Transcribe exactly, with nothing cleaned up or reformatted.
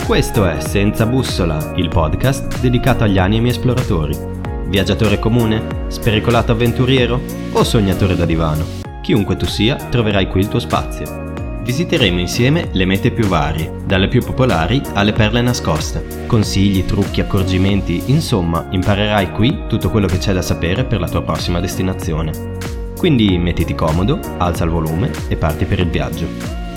Questo è Senza Bussola, il podcast dedicato agli animi esploratori. Viaggiatore comune? Spericolato avventuriero? O sognatore da divano? Chiunque tu sia, troverai qui il tuo spazio. Visiteremo insieme le mete più varie, dalle più popolari alle perle nascoste. Consigli, trucchi, accorgimenti, insomma, imparerai qui tutto quello che c'è da sapere per la tua prossima destinazione. Quindi mettiti comodo, alza il volume e parti per il viaggio.